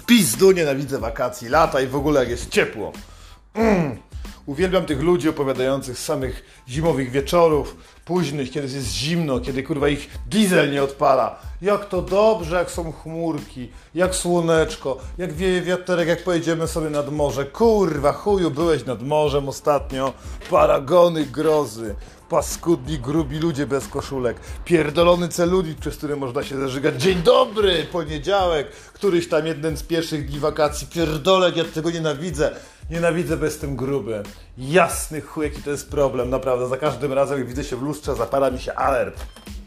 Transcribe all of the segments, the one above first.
pizdu nienawidzę wakacji, lata i w ogóle jak jest ciepło. Uwielbiam tych ludzi opowiadających z samych zimowych wieczorów, późnych, kiedy jest zimno, kiedy kurwa ich diesel nie odpala. Jak to dobrze, jak są chmurki, jak słoneczko, jak wieje wiaterek, jak pojedziemy sobie nad morze. Kurwa, chuju, byłeś nad morzem ostatnio. Paragony grozy, paskudni, grubi ludzie bez koszulek, pierdolony celulit, przez który można się zażygać. Dzień dobry, poniedziałek, któryś tam jeden z pierwszych dni wakacji. Pierdolek, ja tego nienawidzę. Nienawidzę, bo jestem gruby. Jasny chuj, jaki to jest problem, naprawdę. Za każdym razem, jak widzę się w lustrze, zapala mi się alert.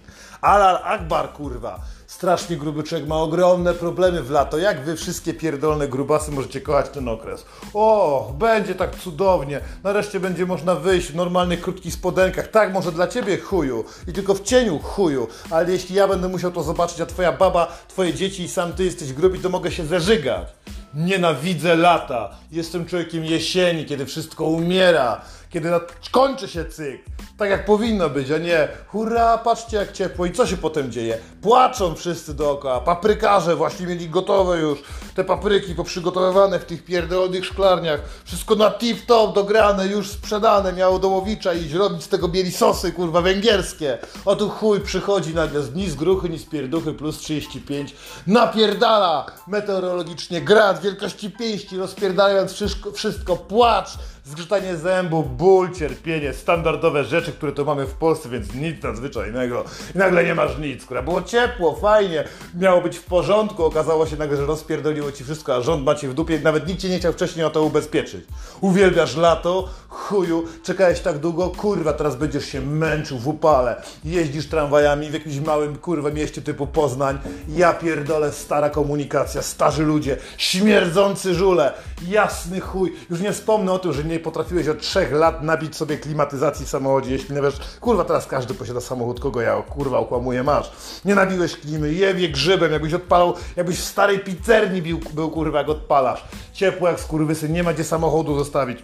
Alar Akbar, kurwa. Strasznie gruby człowiek ma ogromne problemy w lato. Jak wy wszystkie pierdolne grubasy możecie kochać ten okres? O, będzie tak cudownie. Nareszcie będzie można wyjść w normalnych, krótkich spodenkach. Tak, może dla ciebie chuju. I tylko w cieniu chuju. Ale jeśli ja będę musiał to zobaczyć, a twoja baba, twoje dzieci i sam ty jesteś grubi, to mogę się zeżygać. Nienawidzę lata. Jestem człowiekiem jesieni, kiedy wszystko umiera. Kiedy kończy się cykl. Tak jak powinno być, a nie hurra, patrzcie jak ciepło. I co się potem dzieje? Płaczą wszyscy dookoła. Paprykarze właśnie mieli gotowe już. Te papryki poprzygotowywane w tych pierdolonych szklarniach. Wszystko na tip-top dograne, już sprzedane. Miało Dołowicza iść robić z tego bieli sosy, kurwa, węgierskie. O tu chuj przychodzi nagle ni z gruchy, ni z pierduchy, plus 35. Napierdala meteorologicznie grad wielkości pięści, rozpierdalając wszystko, płacz, zgrzytanie zębów, ból, cierpienie, standardowe rzeczy, które tu mamy w Polsce, więc nic nadzwyczajnego. I nagle nie masz nic, kurwa. Było ciepło, fajnie, miało być w porządku, okazało się nagle, że rozpierdoliło ci wszystko, a rząd ma cię w dupie, nawet nikt cię nie chciał wcześniej o to ubezpieczyć. Uwielbiasz lato, chuju, czekałeś tak długo, kurwa, teraz będziesz się męczył w upale. Jeździsz tramwajami w jakimś małym, kurwa, mieście typu Poznań. Ja pierdolę, stara komunikacja, starzy ludzie, śmierdzący żule, jasny chuj. Już nie wspomnę o tym, że nie potrafiłeś od 3 lat nabić sobie klimatyzacji w samochodzie, jeśli nie wiesz, kurwa, teraz każdy posiada samochód, kogo ja, kurwa, okłamuję, masz. Nie nabiłeś klimy, jebie grzybem, jakbyś odpalał, jakbyś w starej pizzerni był, kurwa, jak odpalasz. Ciepło jak skurwysyn, nie ma gdzie samochodu zostawić.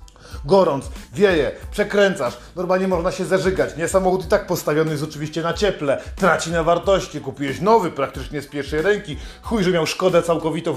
Gorąc, wieje, przekręcasz, normalnie można się zażygać, nie? Samochód i tak postawiony jest oczywiście na cieple, traci na wartości, kupiłeś nowy praktycznie z pierwszej ręki, chuj, że miał szkodę całkowitą w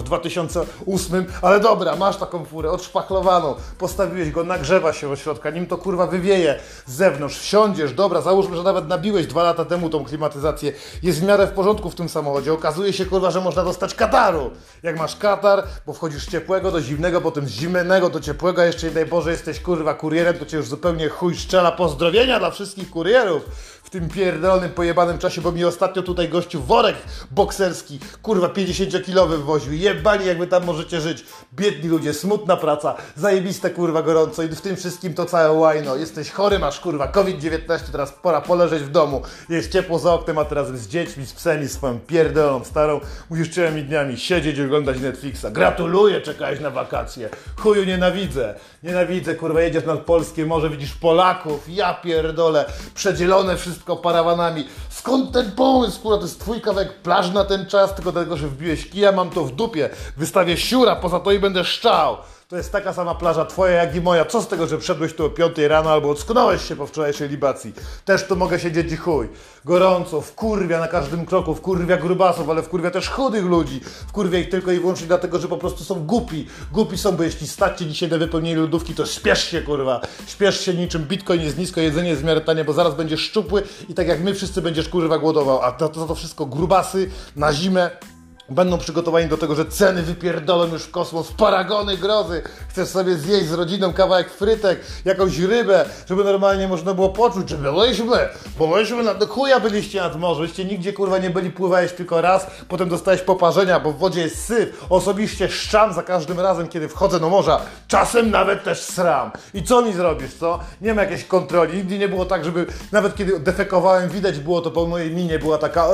2008, ale dobra, masz taką furę odszpachlowaną, postawiłeś go, nagrzewa się od środka, nim to kurwa wywieje z zewnątrz, wsiądziesz, dobra, załóżmy, że nawet nabiłeś 2 lata temu tą klimatyzację, jest w miarę w porządku w tym samochodzie, okazuje się kurwa, że można dostać kataru, jak masz katar, bo wchodzisz z ciepłego do zimnego, potem z zimnego do ciepłego, a jeszcze nie daj Boże jesteś kurwa kurierem, to cię już zupełnie chuj strzela. Pozdrowienia dla wszystkich kurierów w tym pierdolonym, pojebanym czasie, bo mi ostatnio tutaj gościu worek bokserski, kurwa 50-kilowy wwoził. Jebani, jak wy tam możecie żyć. Biedni ludzie, smutna praca, zajebiste kurwa gorąco i w tym wszystkim to całe łajno. Jesteś chory, masz kurwa COVID-19, teraz pora poleżeć w domu. Jest ciepło za oknem, a teraz z dziećmi, z psemi, swoją pierdoloną starą. Musisz całymi dniami siedzieć i oglądać Netflixa. Gratuluję, czekałeś na wakacje. Chuju, nienawidzę. Nienawidzę, kurwa, jedziesz nad polskie morze, widzisz Polaków, ja pierdolę, przedzielone wszystko parawanami. Skąd ten pomysł, kurwa, to jest twój kawałek plaż na ten czas, tylko dlatego, że wbiłeś kija, mam to w dupie, wystawię siura, poza to i będę szczał. To jest taka sama plaża twoja, jak i moja. Co z tego, że wszedłeś tu o 5 rano albo ocknąłeś się po wczorajszej libacji? Też tu mogę siedzieć i chuj. Gorąco, wkurwia na każdym kroku, wkurwia grubasów, ale wkurwia też chudych ludzi. Wkurwia ich tylko i wyłącznie dlatego, że po prostu są głupi. Głupi są, bo jeśli stać cię dzisiaj na wypełnienie lodówki, to śpiesz się, kurwa. Śpiesz się niczym bitcoin jest nisko, jedzenie jest w miarę tanie, bo zaraz będziesz szczupły i tak jak my wszyscy będziesz, kurwa, głodował. A to wszystko grubasy na zimę będą przygotowani do tego, że ceny wypierdolą już w kosmos, paragony grozy. Chcesz sobie zjeść z rodziną kawałek frytek, jakąś rybę, żeby normalnie można było poczuć, że byliśmy na chuja byliście nad morzem, byście nigdzie kurwa nie byli, pływałeś tylko raz, potem dostałeś poparzenia, bo w wodzie jest syf. Osobiście szczam za każdym razem, kiedy wchodzę do morza. Czasem nawet też sram. I co mi zrobisz, co? Nie ma jakiejś kontroli. Nigdy nie było tak, żeby nawet kiedy defekowałem, widać było to po mojej minie, była taka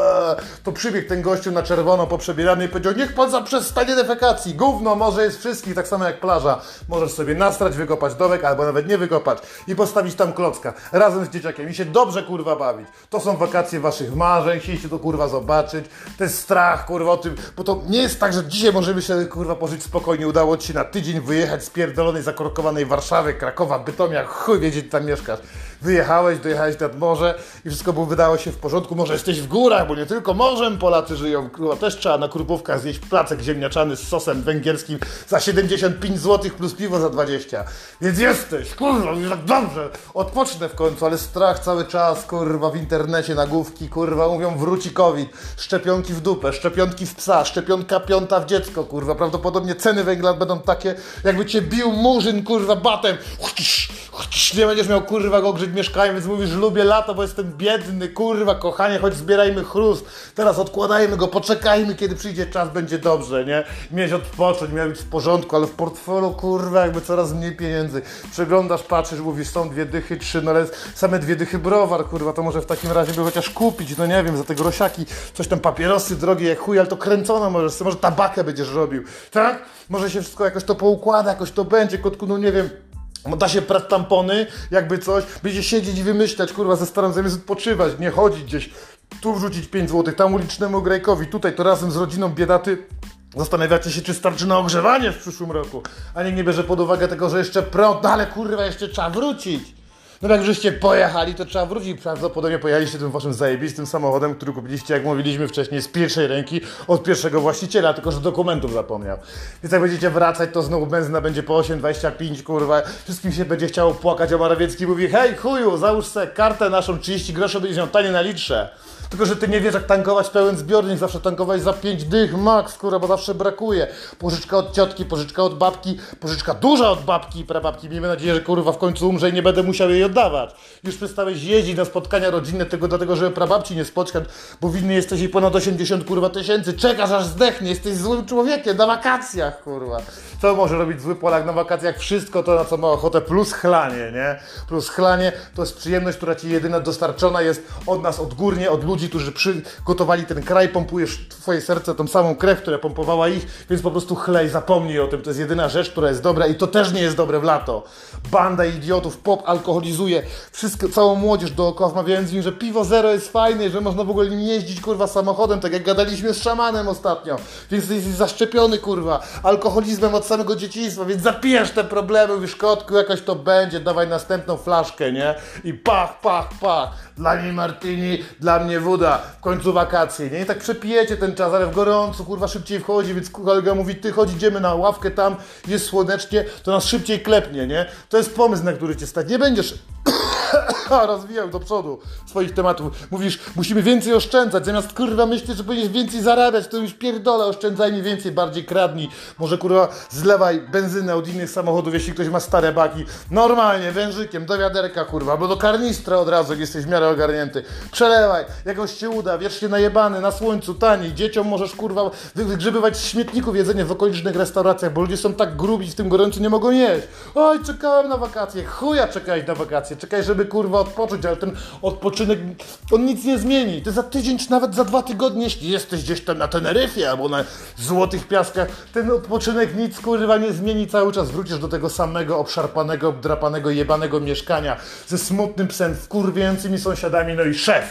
to przybiegł ten gościu na czerwono poprzebierany i powiedział: niech pan zaprzestanie defekacji. Gówno, morze jest wszystkich, tak samo jak plaża. Możesz sobie nastrać, wykopać dołek, albo nawet nie wykopać i postawić tam klocka razem z dzieciakiem i się dobrze kurwa bawić. To są wakacje waszych marzeń, chcieliście to kurwa zobaczyć. To jest strach kurwa o tym, bo to nie jest tak, że dzisiaj możemy się kurwa pożyć spokojnie. Udało ci się na tydzień wyjechać z pierdolonej, zakorkowanej Warszawy, Krakowa, Bytomia, chuj wie, gdzie ty tam mieszkasz. wyjechałeś, dojechałeś nad morze i wszystko wydało się w porządku. Może jesteś w górach, bo nie tylko morzem Polacy żyją, kurwa, też trzeba na Krupówkach zjeść placek ziemniaczany z sosem węgierskim za 75 zł plus piwo za 20. Więc jesteś, kurwa, już tak dobrze, odpocznę w końcu, ale strach cały czas, kurwa, w internecie, nagłówki, kurwa, mówią wróci COVID, szczepionki w dupę, szczepionki w psa, szczepionka piąta w dziecko, kurwa, prawdopodobnie ceny węgla będą takie, jakby cię bił murzyn, kurwa, batem, nie będziesz miał, kurwa, go grzeć mieszkaniem, więc mówisz, lubię lato, bo jestem biedny, kurwa, kochanie, choć zbierajmy chrust, teraz odkładajmy go, poczekajmy, kiedy przyjdzie czas, będzie dobrze, nie? Mieć odpocząć, miał być w porządku, ale w portfelu, kurwa, jakby coraz mniej pieniędzy. Przeglądasz, patrzysz, mówisz, są 2 dychy, 3, no ale same 2 dychy browar, kurwa, to może w takim razie by chociaż kupić, no nie wiem, za te grosiaki, coś tam, papierosy drogie jak chuj, ale to kręcono możesz, może tabakę będziesz robił, tak? Może się wszystko jakoś to poukłada, jakoś to będzie, kotku, no nie wiem. Da się prać tampony, jakby coś, będzie siedzieć i wymyślać, kurwa, ze starą zamiast odpoczywać, nie chodzić gdzieś, tu wrzucić 5 zł, tam ulicznemu grajkowi, tutaj to razem z rodziną biedaty zastanawiacie się, czy starczy na ogrzewanie w przyszłym roku, a nikt nie bierze pod uwagę tego, że jeszcze prąd, no ale kurwa, jeszcze trzeba wrócić. No jak żeście pojechali, to trzeba wrócić. Prawdopodobnie pojechaliście tym waszym zajebistym samochodem, który kupiliście, jak mówiliśmy wcześniej, z pierwszej ręki od pierwszego właściciela, tylko że dokumentów zapomniał. Więc jak będziecie wracać, to znowu benzyna będzie po 8,25, kurwa. Wszystkim się będzie chciało płakać, a Morawiecki mówi, hej chuju, załóż se kartę naszą, 30 groszy, będziesz miał tanie na litrze. Tylko że ty nie wiesz, jak tankować pełen zbiornik, zawsze tankowałeś za 5 dych max, kurwa, bo zawsze brakuje. Pożyczka od ciotki, pożyczka od babki, pożyczka duża od babki i prababki. Miejmy nadzieję, że kurwa w końcu umrze i nie będę musiał jej oddawać. Już przestałeś jeździć na spotkania rodzinne tylko dlatego, żeby prababci nie spotkać, bo winny jesteś jej ponad 80 kurwa tysięcy. Czekasz aż zdechnie, jesteś złym człowiekiem na wakacjach, kurwa. Co może robić zły Polak na wakacjach? Wszystko to, na co ma ochotę, plus chlanie, nie? Plus chlanie to jest przyjemność, która ci jedyna dostarczona jest od nas odgórnie, od ludzi, którzy przygotowali ten kraj, pompujesz w twoje serce tą samą krew, która pompowała ich, więc po prostu chlej, zapomnij o tym, to jest jedyna rzecz, która jest dobra i to też nie jest dobre w lato. Banda idiotów pop alkoholizuje wszystko, całą młodzież dookoła, wmawiając im, że piwo zero jest fajne, że można w ogóle nim jeździć, kurwa, samochodem, tak jak gadaliśmy z szamanem ostatnio, więc jesteś zaszczepiony, kurwa, alkoholizmem od samego dzieciństwa, więc zapijasz te problemy, mówisz, kotku, jakoś to będzie, dawaj następną flaszkę, nie? I pach, pach, pach, dla mnie martini, dla mnie woda, w końcu wakacje, nie? I tak przepijecie ten czas, ale w gorąco, kurwa, szybciej wchodzi, więc kolega mówi, ty chodź, idziemy na ławkę tam, jest słonecznie, to nas szybciej klepnie, nie? To jest pomysł, na który cię stać, nie będziesz rozwijał do przodu swoich tematów. Mówisz, musimy więcej oszczędzać, zamiast kurwa myśleć, że powinieneś więcej zarabiać, to już pierdolę, oszczędzaj mi więcej, bardziej kradnij. Może kurwa zlewaj benzynę od innych samochodów, jeśli ktoś ma stare baki. Normalnie, wężykiem, do wiaderka kurwa, bo do karnistra od razu, jak jesteś w miarę ogarnięty. Przelewaj, jakoś ci uda, wiecznie najebany, na słońcu, taniej. Dzieciom możesz kurwa wygrzebywać z śmietników jedzenie w okolicznych restauracjach, bo ludzie są tak grubi w tym gorącu nie mogą jeść. Oj, czekałem na wakacje, chuja czekałeś na wakacje, czekaj, żeby kurwa odpocząć, ale ten odpoczynek, on nic nie zmieni. Ty za tydzień, czy nawet za 2 tygodnie, jeśli jesteś gdzieś tam na Teneryfie albo na Złotych Piaskach, ten odpoczynek nic kurwa nie zmieni, cały czas wrócisz do tego samego obszarpanego, obdrapanego, jebanego mieszkania ze smutnym psem, wkurwiającymi sąsiadami, no i szef.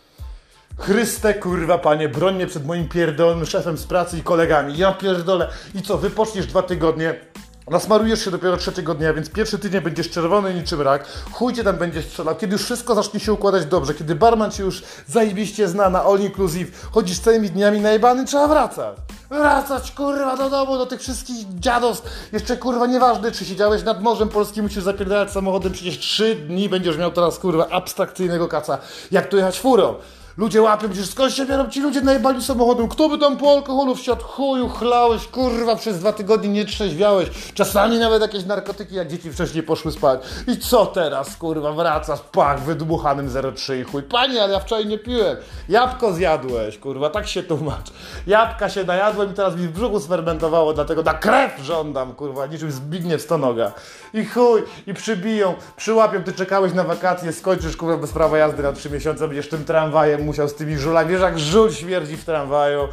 Chryste, kurwa, panie, broń mnie przed moim pierdolonym szefem z pracy i kolegami. Ja pierdolę. I co, wypoczniesz 2 tygodnie, nasmarujesz się dopiero 3 dnia, więc pierwszy tydzień będziesz czerwony niczym rak, chuj cię tam będziesz strzelał, kiedy już wszystko zacznie się układać dobrze, kiedy barman cię już zajebiście zna na all inclusive, chodzisz całymi dniami najebany, trzeba wracać. Wracać, kurwa, do domu, do tych wszystkich dziadostw. Jeszcze, kurwa, nieważne, czy siedziałeś nad Morzem Polskim, musisz zapierdalać samochodem, przecież 3 dni będziesz miał teraz, kurwa, abstrakcyjnego kaca. Jak tu jechać furą? Ludzie łapią, przecież skąd się biorą ci ludzie najebali samochodem? Kto by tam po alkoholu wsiadł? Chuju, chlałeś, kurwa, przez 2 tygodnie nie trzeźwiałeś. Czasami nawet jakieś narkotyki, jak dzieci wcześniej poszły spać. I co teraz, kurwa, wracasz, pach, wydmuchanym 0,3 i chuj. Panie, ale ja wczoraj nie piłem. Jabłko zjadłeś, kurwa, tak się tłumacz. Jabłka się najadłem i teraz mi w brzuchu sfermentowało, dlatego na krew żądam, kurwa, niczym Zbigniew Stonoga. I chuj, i przybiją, przyłapią, ty czekałeś na wakacje, skończysz, kurwa, bez prawa jazdy na 3 miesiące, będziesz tym tramwajem musiał z tymi żulami, wiesz jak żul śmierdzi w tramwaju,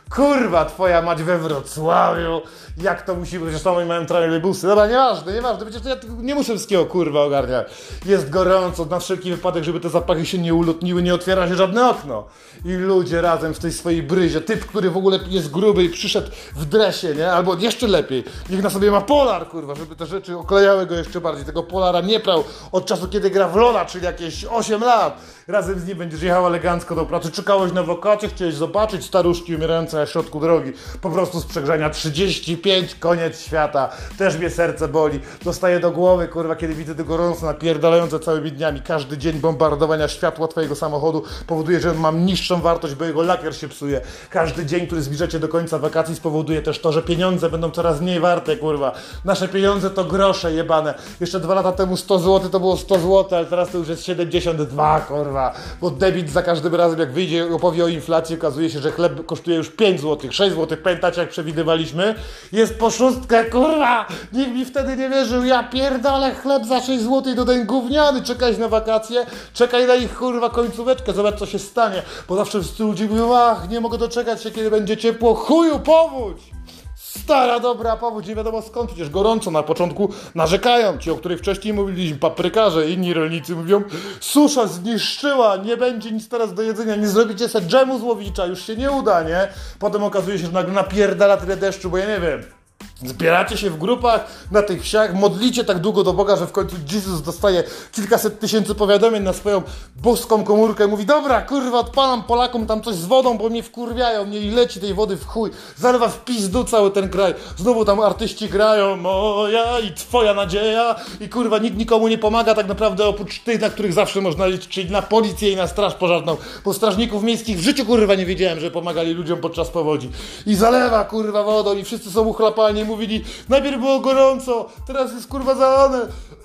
Kurwa, twoja mać we Wrocławiu, jak to musi być, zresztą oni mają trolejbusy. Dobra, nieważne, przecież ja nie muszę wszystkiego kurwa ogarniać. Jest gorąco, na wszelki wypadek, żeby te zapachy się nie ulotniły, nie otwiera się żadne okno. I ludzie razem w tej swojej bryzie, typ, który w ogóle jest gruby i przyszedł w dresie, nie? Albo jeszcze lepiej, niech na sobie ma polar, kurwa, żeby te rzeczy oklejały go jeszcze bardziej. Tego polara nie prał od czasu, kiedy gra w Lola, czyli jakieś 8 lat. Razem z nim będziesz jechał elegancko do pracy. Czekałeś na wakacje, chciałeś zobaczyć staruszki umierające na środku drogi. Po prostu z przegrzania 35, koniec świata. Też mnie serce boli. Dostaję do głowy, kurwa, kiedy widzę te gorąco napierdalające całymi dniami. Każdy dzień bombardowania światła twojego samochodu powoduje, że on ma niższą wartość, bo jego lakier się psuje. Każdy dzień, który zbliżacie do końca wakacji, spowoduje też to, że pieniądze będą coraz mniej warte, kurwa. Nasze pieniądze to grosze jebane. Jeszcze 2 lata temu 100 zł to było 100 zł, ale teraz to już jest 72, kurwa. Bo debit za każdym razem, jak wyjdzie i opowie o inflacji, okazuje się, że chleb kosztuje już 5 zł, 6 zł. Pamiętacie, jak przewidywaliśmy? Jest po 6, kurwa! Nikt mi wtedy nie wierzył. Ja pierdolę, chleb za 6 zł do ten gówniany. Czekać na wakacje, czekaj na ich, kurwa, końcóweczkę, zobacz, co się stanie. Bo zawsze wszyscy ludzie mówią, ach, nie mogę doczekać się, kiedy będzie ciepło. Chuju, powódź! Stara, dobra powódź, nie wiadomo skąd, przecież gorąco. Na początku narzekają ci, o których wcześniej mówiliśmy, paprykarze, inni rolnicy mówią, susza zniszczyła, nie będzie nic teraz do jedzenia, nie zrobicie se dżemu z łowicza, już się nie uda, nie? Potem okazuje się, że nagle napierdala tyle deszczu, bo ja nie wiem. Zbieracie się w grupach na tych wsiach, modlicie tak długo do Boga, że w końcu Jezus dostaje kilkaset tysięcy powiadomień na swoją boską komórkę i mówi, dobra, kurwa, odpalam Polakom tam coś z wodą, bo mnie wkurwiają, mnie i leci tej wody w chuj, zalewa w pizdu cały ten kraj, znowu tam artyści grają, moja i twoja nadzieja i kurwa, nikt nikomu nie pomaga tak naprawdę oprócz tych, na których zawsze można liczyć, czyli na policję i na straż pożarną, bo strażników miejskich w życiu, kurwa, nie wiedziałem, że pomagali ludziom podczas powodzi i zalewa, kurwa, wodą i wszyscy są uchlapani. Mówili, najpierw było gorąco, teraz jest kurwa zalane.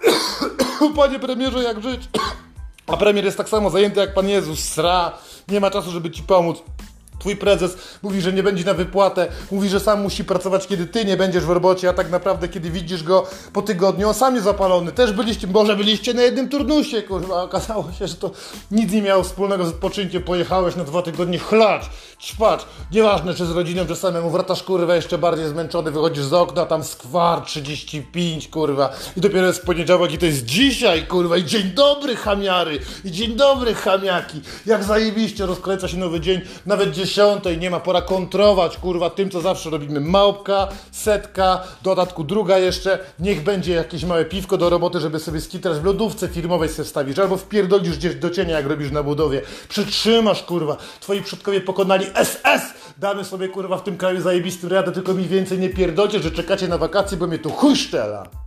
Panie premierze, jak żyć? A premier jest tak samo zajęty jak Pan Jezus, sra, nie ma czasu, żeby ci pomóc. Twój prezes mówi, że nie będzie na wypłatę, mówi, że sam musi pracować, kiedy ty nie będziesz w robocie, a tak naprawdę, kiedy widzisz go po tygodniu, on sam jest zapalony. Też byliście, może byliście na jednym turnusie, kurwa, okazało się, że to nic nie miało wspólnego z odpoczynkiem, pojechałeś na 2 tygodnie chlać, ćpać, nieważne, czy z rodziną, czy samemu, wracasz, kurwa, jeszcze bardziej zmęczony, wychodzisz z okna, tam skwar 35, kurwa, i dopiero jest poniedziałek i to jest dzisiaj, kurwa, i dzień dobry, chamiary, i dzień dobry, chamiaki, jak zajebiście, rozkręca się nowy dzień, nawet 10 nie ma, pora kontrować, kurwa, tym, co zawsze robimy. Małpka, setka, w dodatku druga jeszcze, niech będzie jakieś małe piwko do roboty, żeby sobie skitrać w lodówce firmowej sobie wstawisz, albo wpierdolisz gdzieś do cienia, jak robisz na budowie. Przytrzymasz, kurwa, twoi przodkowie pokonali SS, damy sobie, kurwa, w tym kraju zajebistym radę, tylko mi więcej nie pierdolcie, że czekacie na wakacje, bo mnie tu chuj szczela.